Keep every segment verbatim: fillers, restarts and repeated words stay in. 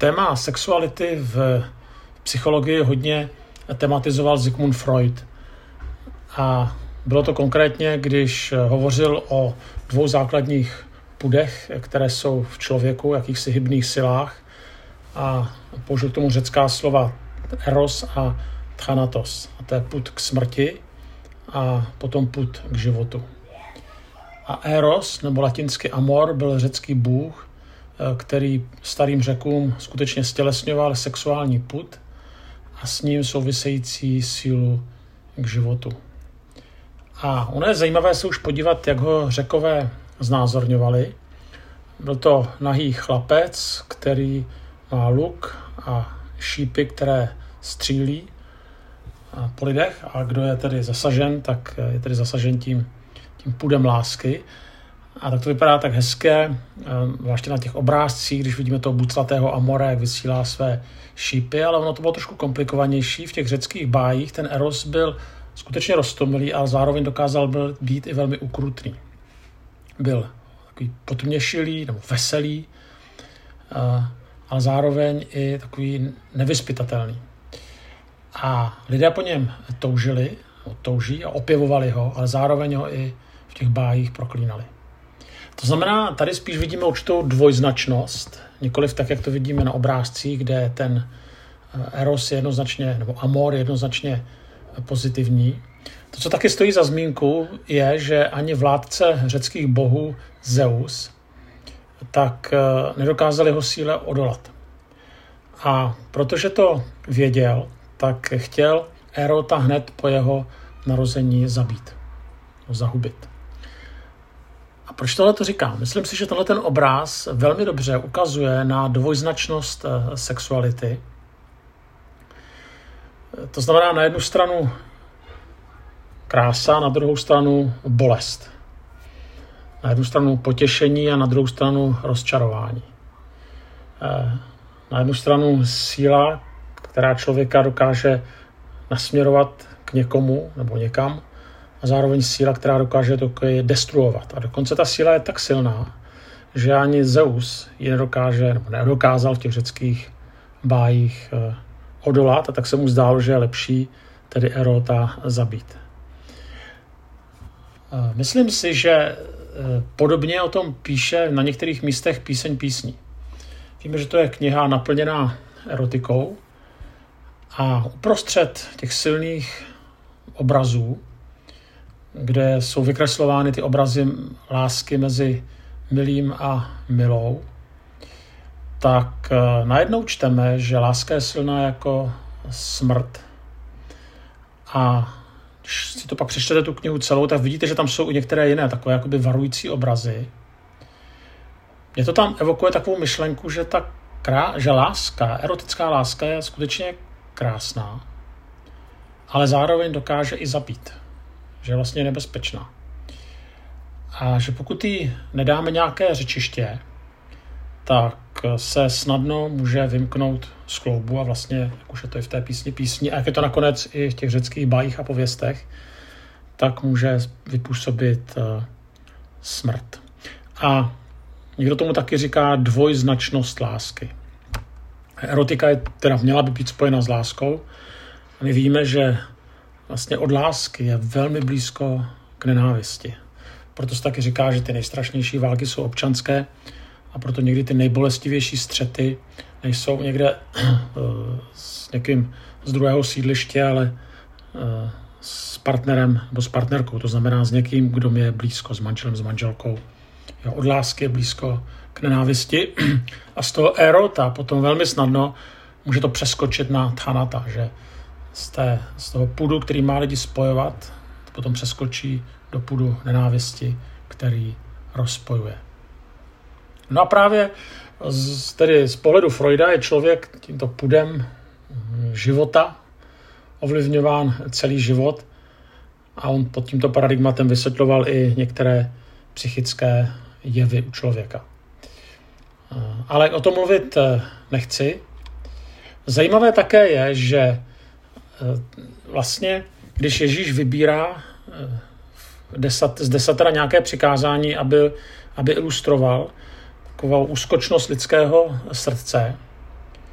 téma sexuality v psychologii hodně tematizoval Sigmund Freud. A bylo to konkrétně, když hovořil o dvou základních pudech, které jsou v člověku, jakýchsi hybných silách, a použil k tomu řecká slova eros a thanatos. A to je pud k smrti a potom pud k životu. A eros, nebo latinsky amor, byl řecký bůh, který starým Řekům skutečně stělesňoval sexuální pud a s ním související sílu k životu. A ono je zajímavé se už podívat, jak ho Řekové znázorňovali. Byl to nahý chlapec, který má luk a šípy, které střílí po lidech, a kdo je tedy zasažen, tak je tedy zasažen tím, tím pudem lásky. A tak to vypadá tak hezké, zvláště na těch obrázcích, když vidíme toho buclatého Amora, jak vysílá své šípy, ale ono to bylo trošku komplikovanější. V těch řeckých bájích ten Eros byl skutečně roztomilý, ale zároveň dokázal byl být i velmi ukrutný. Byl takový potměšilý nebo veselý, ale zároveň i takový nevyzpytatelný. A lidé po něm toužili, touží a opěvovali ho, ale zároveň ho i v těch bájích proklínali. To znamená, tady spíš vidíme určitou dvojznačnost, nikoliv tak, jak to vidíme na obrázcích, kde ten eros je jednoznačně, nebo amor je jednoznačně pozitivní. To, co taky stojí za zmínku, je, že ani vládce řeckých bohů Zeus tak nedokázal jeho síle odolat. A protože to věděl, tak chtěl Erota hned po jeho narození zabít, zahubit. A proč tohle to říkám? Myslím si, že tenhle ten obráz velmi dobře ukazuje na dvojznačnost sexuality. To znamená na jednu stranu krása, na druhou stranu bolest. Na jednu stranu potěšení a na druhou stranu rozčarování. Na jednu stranu síla, která člověka dokáže nasměrovat k někomu nebo někam, a zároveň síla, která dokáže to destruovat. A dokonce ta síla je tak silná, že ani Zeus ji nedokáže, nebo nedokázal v těch řeckých bájích odolat, a tak se mu zdálo, že je lepší tedy Erota zabít. Myslím si, že podobně o tom píše na některých místech Píseň písní. Víme, že to je kniha naplněná erotikou a uprostřed těch silných obrazů, kde jsou vykreslovány ty obrazy lásky mezi milým a milou, tak najednou čteme, že láska je silná jako smrt. A když si to pak přečtete tu knihu celou, tak vidíte, že tam jsou i některé jiné takové jakoby varující obrazy. Mě to tam evokuje takovou myšlenku, že, ta krá, že láska, erotická láska je skutečně krásná, ale zároveň dokáže i zabít. Že je vlastně nebezpečná. A že pokud jí nedáme nějaké řečiště, tak se snadno může vymknout z kloubu, a vlastně, jak už je to i v té písni písní, a jak je to nakonec i v těch řeckých bájích a pověstech, tak může vypůsobit uh, smrt. A někdo tomu taky říká dvojznačnost lásky. Erotika je teda měla by být spojena s láskou. A my víme, že vlastně od lásky je velmi blízko k nenávisti. Proto se taky říká, že ty nejstrašnější války jsou občanské, a proto někdy ty nejbolestivější střety nejsou někde s někým z druhého sídliště, ale s partnerem nebo s partnerkou. To znamená s někým, kdo mi je blízko, s manželem, s manželkou. Jo, od lásky je blízko k nenávisti. A z toho erota potom velmi snadno může to přeskočit na thanata, že z, té, z toho pudu, který má lidi spojovat, potom přeskočí do pudu nenávisti, který rozpojuje. No a právě z, tedy z pohledu Freuda je člověk tímto pudem života ovlivňován celý život, a on pod tímto paradigmatem vysvětloval i některé psychické jevy u člověka. Ale o tom mluvit nechci. Zajímavé také je, že vlastně, když Ježíš vybírá z desatera nějaké přikázání, aby, aby ilustroval takovou úskočnost lidského srdce,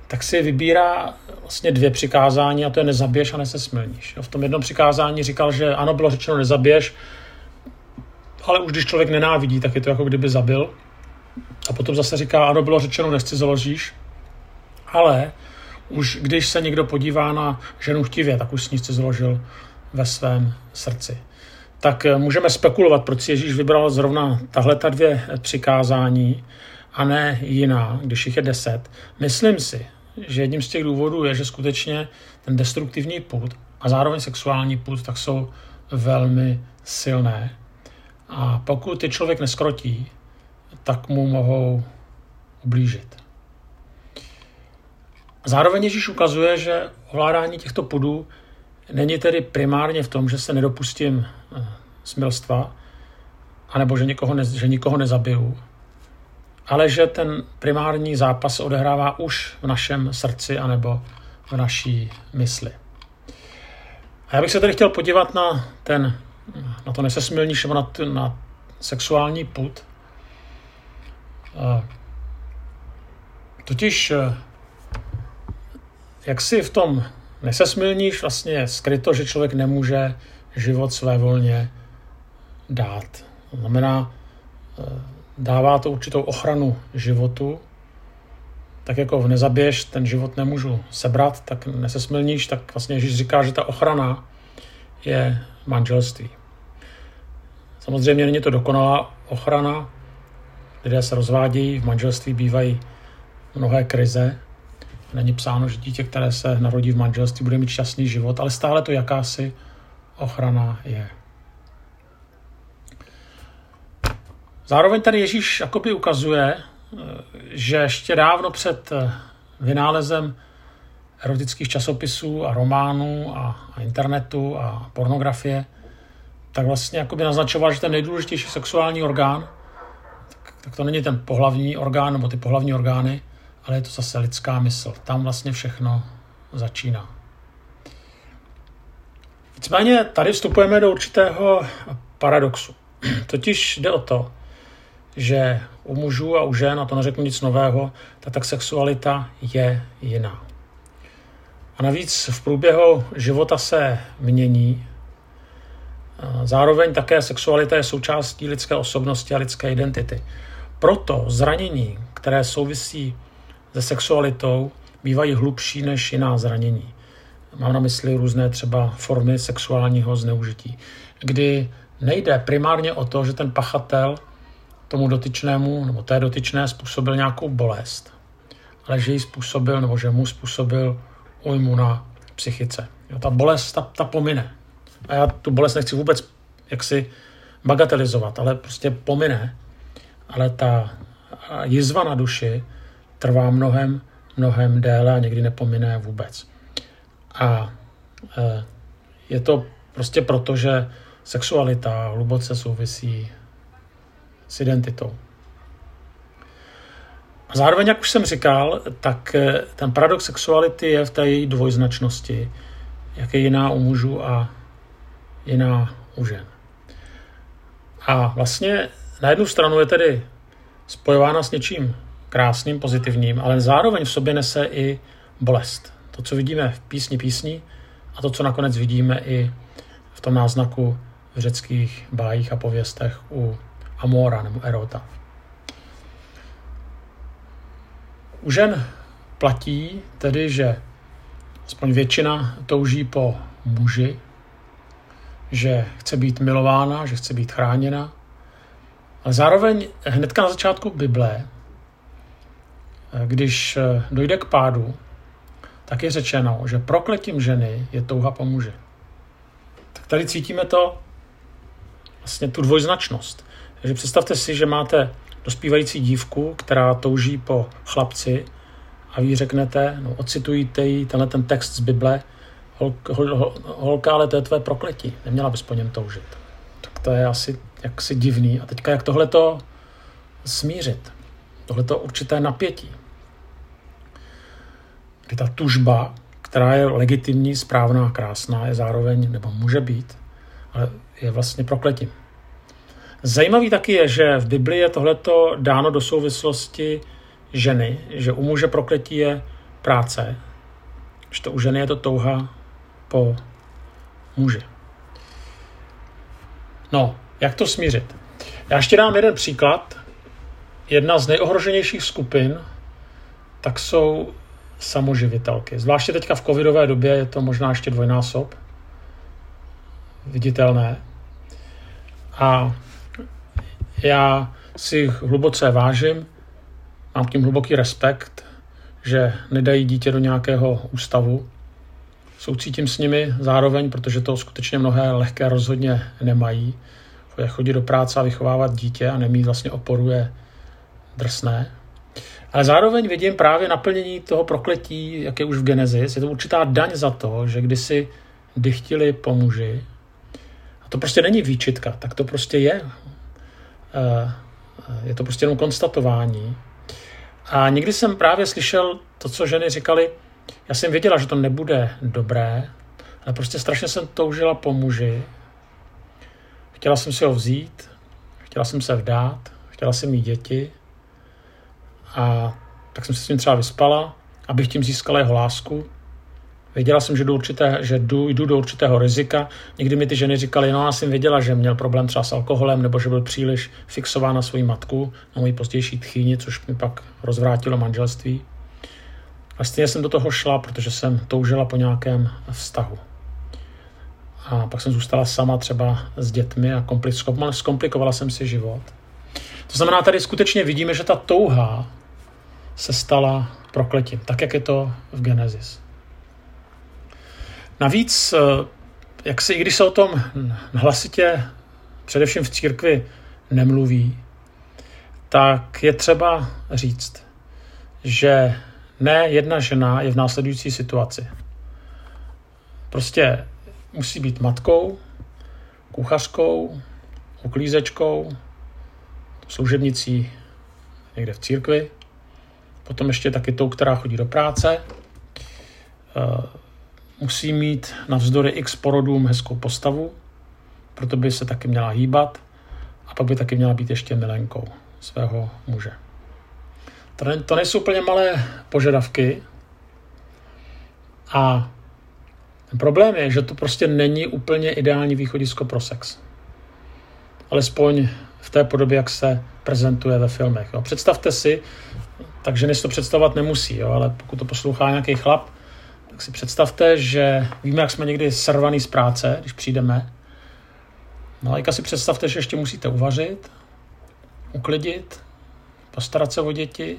tak si vybírá vlastně dvě přikázání a to je nezabiješ a nesesmilníš. V tom jednom přikázání říkal, že ano, bylo řečeno nezabiješ, ale už když člověk nenávidí, tak je to jako kdyby zabil. A potom zase říká, ano, bylo řečeno nescizoložíš, ale už když se někdo podívá na ženu chtivě, tak už s ní cizoložil ve svém srdci. Tak můžeme spekulovat, proč si Ježíš vybral zrovna tahle ta dvě přikázání a ne jiná, když jich je deset. Myslím si, že jedním z těch důvodů je, že skutečně ten destruktivní pud a zároveň sexuální pud tak jsou velmi silné. A pokud je člověk neskrotí, tak mu mohou ublížit. Zároveň Ježíš ukazuje, že ovládání těchto pudů není tedy primárně v tom, že se nedopustím smilstva, anebo že nikoho, ne, že nikoho nezabiju, ale že ten primární zápas se odehrává už v našem srdci anebo v naší mysli. A já bych se tedy chtěl podívat na, ten, na to nesesmilníš, nebo na, na sexuální pud. Totiž jak si v tom nesesmilníš, vlastně je skryto, že člověk nemůže život svévolně dát. To znamená, dává to určitou ochranu životu, tak jako v nezabiješ, ten život nemůžu sebrat, tak nesesmilníš, tak vlastně Ježíš říká, že ta ochrana je manželství. Samozřejmě není to dokonalá ochrana, lidé se rozvádějí, v manželství bývají mnohé krize, není psáno, že dítě, které se narodí v manželství, bude mít šťastný život, ale stále to jakási ochrana je. Zároveň tady Ježíš jakoby ukazuje, že ještě dávno před vynálezem erotických časopisů a románů a, a internetu a pornografie, tak vlastně jakoby naznačoval, že ten nejdůležitější sexuální orgán, tak, tak to není ten pohlavní orgán nebo ty pohlavní orgány, ale je to zase lidská mysl. Tam vlastně všechno začíná. Nicméně tady vstupujeme do určitého paradoxu. Totiž jde o to, že u mužů a u žen, a to neřeknu nic nového, ta tak sexualita je jiná. A navíc v průběhu života se mění. Zároveň také sexualita je součástí lidské osobnosti a lidské identity. Proto zranění, které souvisí se sexualitou, bývají hlubší než jiná zranění. Mám na mysli různé třeba formy sexuálního zneužití, kdy nejde primárně o to, že ten pachatel tomu dotyčnému nebo té dotyčné způsobil nějakou bolest, ale že jí způsobil nebo že mu způsobil újmu na psychice. Jo, ta bolest, ta, ta pomine. A já tu bolest nechci vůbec jaksi bagatelizovat, ale prostě pomine. Ale ta jizva na duši trvá mnohem, mnohem déle a někdy nepomine vůbec. A je to prostě proto, že sexualita hluboce souvisí s identitou. A zároveň, jak už jsem říkal, tak ten paradox sexuality je v té její dvojznačnosti, jak je jiná u mužů a jiná u žen. A vlastně na jednu stranu je tedy spojována s něčím krásným, pozitivním, ale zároveň v sobě nese i bolest. To, co vidíme v písni písní a to, co nakonec vidíme i v tom náznaku v řeckých bájích a pověstech u Amora nebo Erota. U žen platí tedy, že aspoň většina touží po muži, že chce být milována, že chce být chráněna, ale zároveň hnedka na začátku Bible, když dojde k pádu, tak je řečeno, že prokletím ženy je touha po muži. Tak tady cítíme to, vlastně tu dvojznačnost. Takže představte si, že máte dospívající dívku, která touží po chlapci a vy řeknete, no, ocitujte jí tenhle ten text z Bible, hol, hol, hol, holka, ale to je tvé prokletí, neměla bys po něm toužit. Tak to je asi jaksi divný. A teďka jak tohleto smířit? Tohleto určité napětí. Kdy ta tužba, která je legitimní, správná, krásná, je zároveň, nebo může být, ale je vlastně prokletím. Zajímavý taky je, že v Biblii je tohleto dáno do souvislosti ženy, že u muže prokletí je práce, že to u ženy je to touha po muži. No, jak to smířit? Já ještě dám jeden příklad. Jedna z nejohroženějších skupin tak jsou samoživitelky. Zvláště teďka v covidové době je to možná ještě dvojnásob viditelné. A já si jich hluboce vážím, mám k ním hluboký respekt, že nedají dítě do nějakého ústavu. Soucítím s nimi zároveň, protože to skutečně mnohé lehké rozhodně nemají. Chodit do práce a vychovávat dítě a nemít vlastně oporu je drsné. Ale zároveň vidím právě naplnění toho prokletí, jak je už v Genesis. Je to určitá daň za to, že kdysi dychtili po muži. A to prostě není výčitka, tak to prostě je. Je to prostě jenom konstatování. A někdy jsem právě slyšel to, co ženy říkali. Já jsem věděla, že to nebude dobré, ale prostě strašně jsem toužila po muži. Chtěla jsem si ho vzít, chtěla jsem se vdát, chtěla jsem mít děti a tak jsem se s ním třeba vyspala, abych tím získala jeho lásku. Věděla jsem, že jdu, určité, že jdu, jdu do určitého rizika. Někdy mi ty ženy říkaly, no já jsem věděla, že měl problém třeba s alkoholem nebo že byl příliš fixován na svoji matku, na moji pozdější tchýni, což mi pak rozvrátilo manželství. A stejně jsem do toho šla, protože jsem toužila po nějakém vztahu. A pak jsem zůstala sama třeba s dětmi a zkomplikovala jsem si život. To znamená, tady skutečně vidíme, že ta touha se stala prokletím, tak jak je to v Genesis. Navíc, jak se, i když se o tom hlasitě, především v církvi, nemluví, tak je třeba říct, že ne jedna žena je v následující situaci. Prostě musí být matkou, kuchařkou, uklízečkou, služebnicí někde v církvi, potom ještě taky tou, která chodí do práce. Musí mít navzdory x porodům hezkou postavu, proto by se taky měla hýbat a pak by taky měla být ještě milenkou svého muže. To nejsou úplně malé požadavky a ten problém je, že to prostě není úplně ideální východisko pro sex. Alespoň v té podobě, jak se prezentuje ve filmech. Jo. Představte si, tak ženy si to představovat nemusí, jo, ale pokud to poslouchá nějaký chlap, tak si představte, že víme, jak jsme někdy srvaný z práce, když přijdeme. No a si představte, že ještě musíte uvařit, uklidit, postarat se o děti,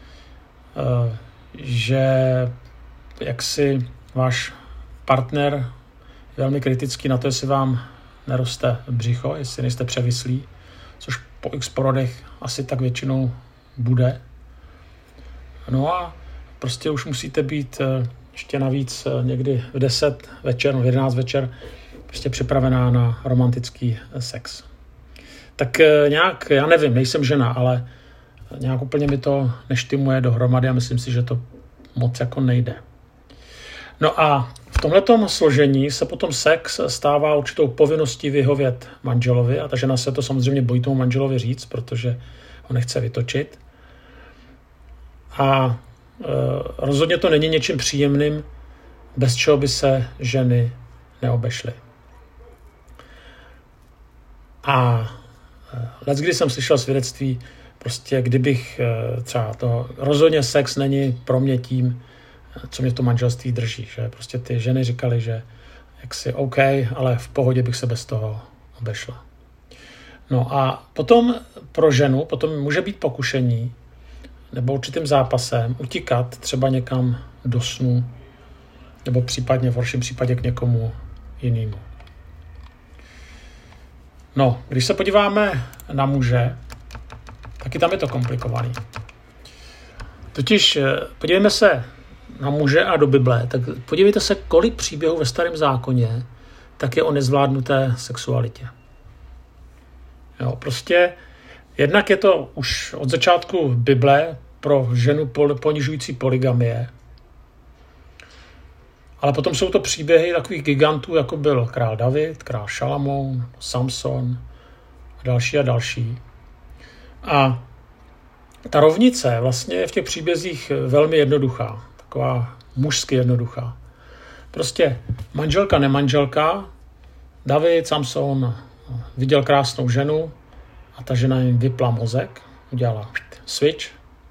že jaksi váš partner je velmi kritický na to, jestli vám neroste břicho, jestli nejste převislí, což po x porodech asi tak většinou bude. No a prostě už musíte být ještě navíc někdy v deset večer, v jedenáct večer prostě připravená na romantický sex. Tak nějak, já nevím, nejsem žena, ale nějak úplně mi to neštimuje dohromady a myslím si, že to moc jako nejde. No a v tomhletom složení se potom sex stává určitou povinností vyhovět manželovi a ta žena se to samozřejmě bojí tomu manželovi říct, protože ho nechce vytočit. A e, rozhodně to není něčím příjemným, bez čeho by se ženy neobešly. A e, leckdy jsem slyšel svědectví, prostě kdybych e, třeba to, rozhodně sex není pro mě tím, co mě v tom manželství drží. Že prostě ty ženy říkaly, že jaksi OK, ale v pohodě bych se bez toho obešla. No a potom pro ženu, potom může být pokušení nebo určitým zápasem utíkat třeba někam do snu nebo případně v horším případě k někomu jinému. No, když se podíváme na muže, taky tam je to komplikovaný. Totiž podívejme se na muže a do Bible, tak podívejte se, kolik příběhů ve Starém zákoně tak je o nezvládnuté sexualitě. Jo, prostě jednak je to už od začátku Bible pro ženu ponižující polygamie, ale potom jsou to příběhy takových gigantů, jako byl král David, král Šalamoun, Samson a další a další. A ta rovnice vlastně je v těch příbězích velmi jednoduchá. taková mužsky jednoduchá. Prostě manželka, nemanželka, David Samson viděl krásnou ženu a ta žena jim vypla mozek, udělala switch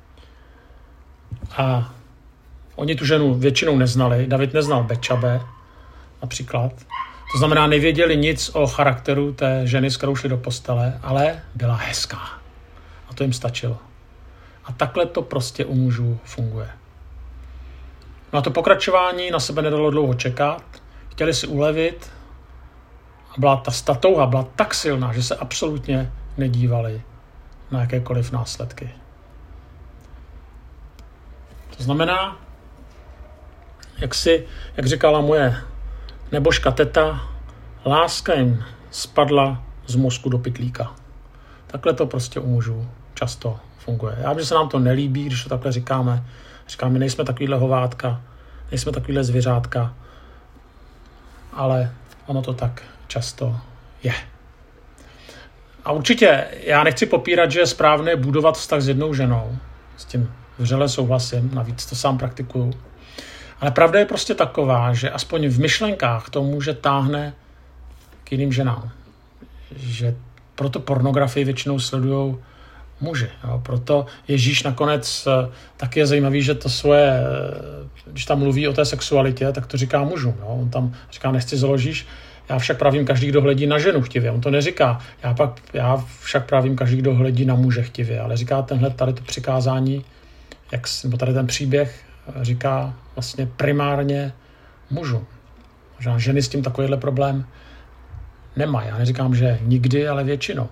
a oni tu ženu většinou neznali. David neznal Bečabe například. To znamená, nevěděli nic o charakteru té ženy, s kterou šli do postele, ale byla hezká. A to jim stačilo. A takhle to prostě u mužů funguje. No a to pokračování na sebe nedalo dlouho čekat. Chtěli si ulevit a byla ta, ta touha byla tak silná, že se absolutně nedívali na jakékoliv následky. To znamená, jak, si, jak říkala moje nebožka teta, láska jim spadla z mozku do pytlíka. Takhle to prostě u mužů často funguje. Já vím, že se nám to nelíbí, když to takhle říkáme. Říkáme, nejsme takovýhle hovátka, nejsme takovýhle zvěřátka, ale ono to tak často je. A určitě já nechci popírat, že je správné budovat vztah s jednou ženou. S tím vřele souhlasím, navíc to sám praktikuju. Ale pravda je prostě taková, že aspoň v myšlenkách to muže táhne k jiným ženám. Že proto pornografii většinou sledují muži. Jo. Proto Ježíš nakonec, tak je zajímavý, že to svoje, když tam mluví o té sexualitě, tak to říká mužům. Jo. On tam říká, nechci založíš, já však pravím každý, kdo hledí na ženu chtivě. On to neříká, já, pak, já však pravím každý, kdo hledí na muže chtivě, ale říká tenhle tady to přikázání, jak, nebo tady ten příběh říká vlastně primárně mužům. Možná ženy s tím takovýhle problém nemají. Já neříkám, že nikdy, ale většinou.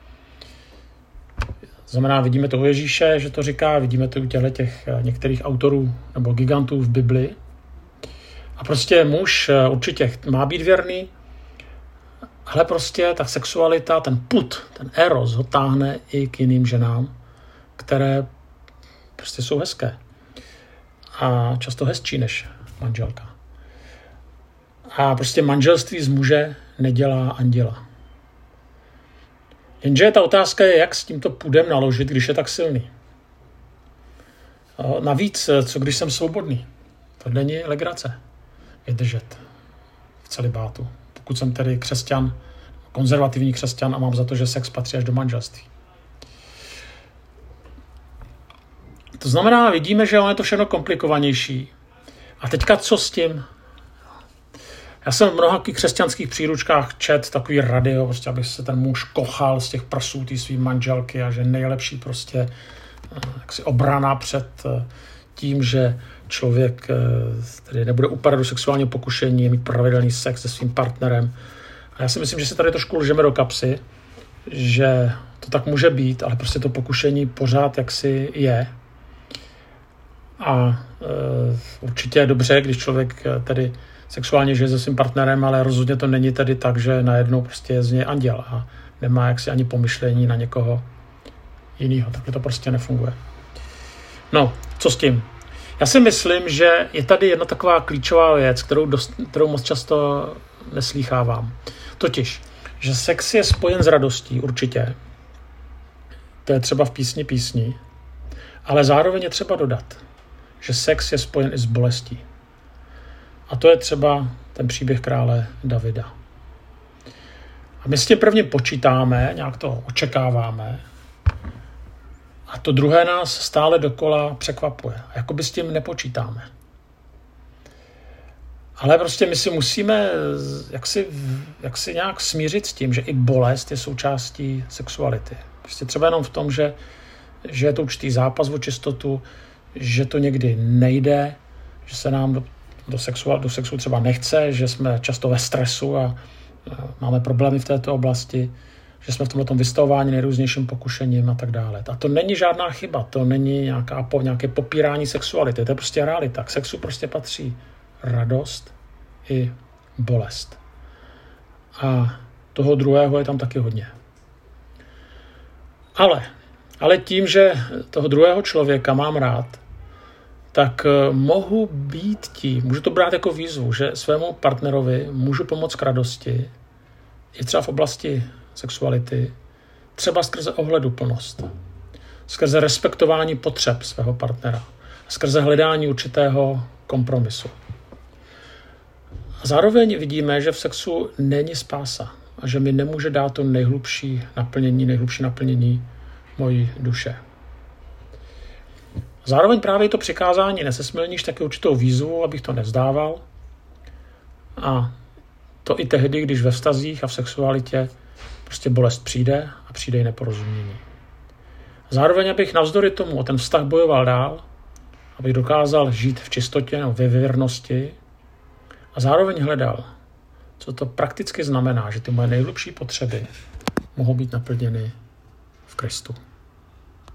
Znamená, vidíme to u Ježíše, že to říká, vidíme to u těchto těch některých autorů nebo gigantů v Bibli. A prostě muž určitě má být věrný, ale prostě ta sexualita, ten pud, ten eros ho táhne i k jiným ženám, které prostě jsou hezké. A často hezčí než manželka. A prostě manželství z muže nedělá anděla. Jenže ta otázka je, jak s tímto pudem naložit, když je tak silný. Navíc, co když jsem svobodný? To není legrace vydržet v celibátu. Pokud jsem tedy křesťan, konzervativní křesťan a mám za to, že sex patří až do manželství. To znamená, vidíme, že je to všechno komplikovanější. A teďka co s tím? Já jsem v mnoha křesťanských příručkách čet takový rady, prostě, aby se ten muž kochal z těch prsů té svý manželky a že nejlepší prostě jaksi obrana před tím, že člověk tedy nebude upadat do sexuálního pokušení, mít pravidelný sex se svým partnerem. A já si myslím, že se tady trošku lžeme do kapsy, že to tak může být, ale prostě to pokušení pořád jaksi je. A e, určitě je dobře, když člověk tedy sexuálně žije se svým partnerem, ale rozhodně to není tedy tak, že najednou prostě je z něj anděl a nemá jaksi ani pomyšlení na někoho jiného. Takhle to prostě nefunguje. No, co s tím? Já si myslím, že je tady jedna taková klíčová věc, kterou, dost, kterou moc často neslýchávám. Totiž, že sex je spojen s radostí, určitě. To je třeba v písni písni. Ale zároveň je třeba dodat, že sex je spojen i s bolestí. A to je třeba ten příběh krále Davida. A my s tím prvním počítáme, nějak to očekáváme, a to druhé nás stále dokola překvapuje. A jakoby s tím nepočítáme. Ale prostě my si musíme jaksi, jaksi nějak smířit s tím, že i bolest je součástí sexuality. Prostě třeba jenom v tom, že, že je to určitý zápas o čistotu, že to někdy nejde, že se nám do, do, sexu, do sexu třeba nechce, že jsme často ve stresu a, a máme problémy v této oblasti, že jsme v tomto vystavování nejrůznějším pokušením a tak dále. A to není žádná chyba, to není nějaká, nějaké popírání sexuality, to je prostě realita. K sexu prostě patří radost i bolest. A toho druhého je tam taky hodně. Ale, ale tím, že toho druhého člověka mám rád, tak mohu být tím, můžu to brát jako výzvu, že svému partnerovi můžu pomoct k radosti, i třeba v oblasti sexuality, třeba skrze ohleduplnost, skrze respektování potřeb svého partnera, skrze hledání určitého kompromisu. A zároveň vidíme, že v sexu není spása a že mi nemůže dát to nejhlubší naplnění, nejhlubší naplnění mojí duše. Zároveň právě to přikázání nesesmilníš taky určitou výzvu, abych to nevzdával. A to i tehdy, když ve vztazích a v sexualitě prostě bolest přijde a přijde i neporozumění. Zároveň, abych navzdory tomu o ten vztah bojoval dál, abych dokázal žít v čistotě nebo ve věrnosti a zároveň hledal, co to prakticky znamená, že ty moje nejhlubší potřeby mohou být naplněny v Kristu.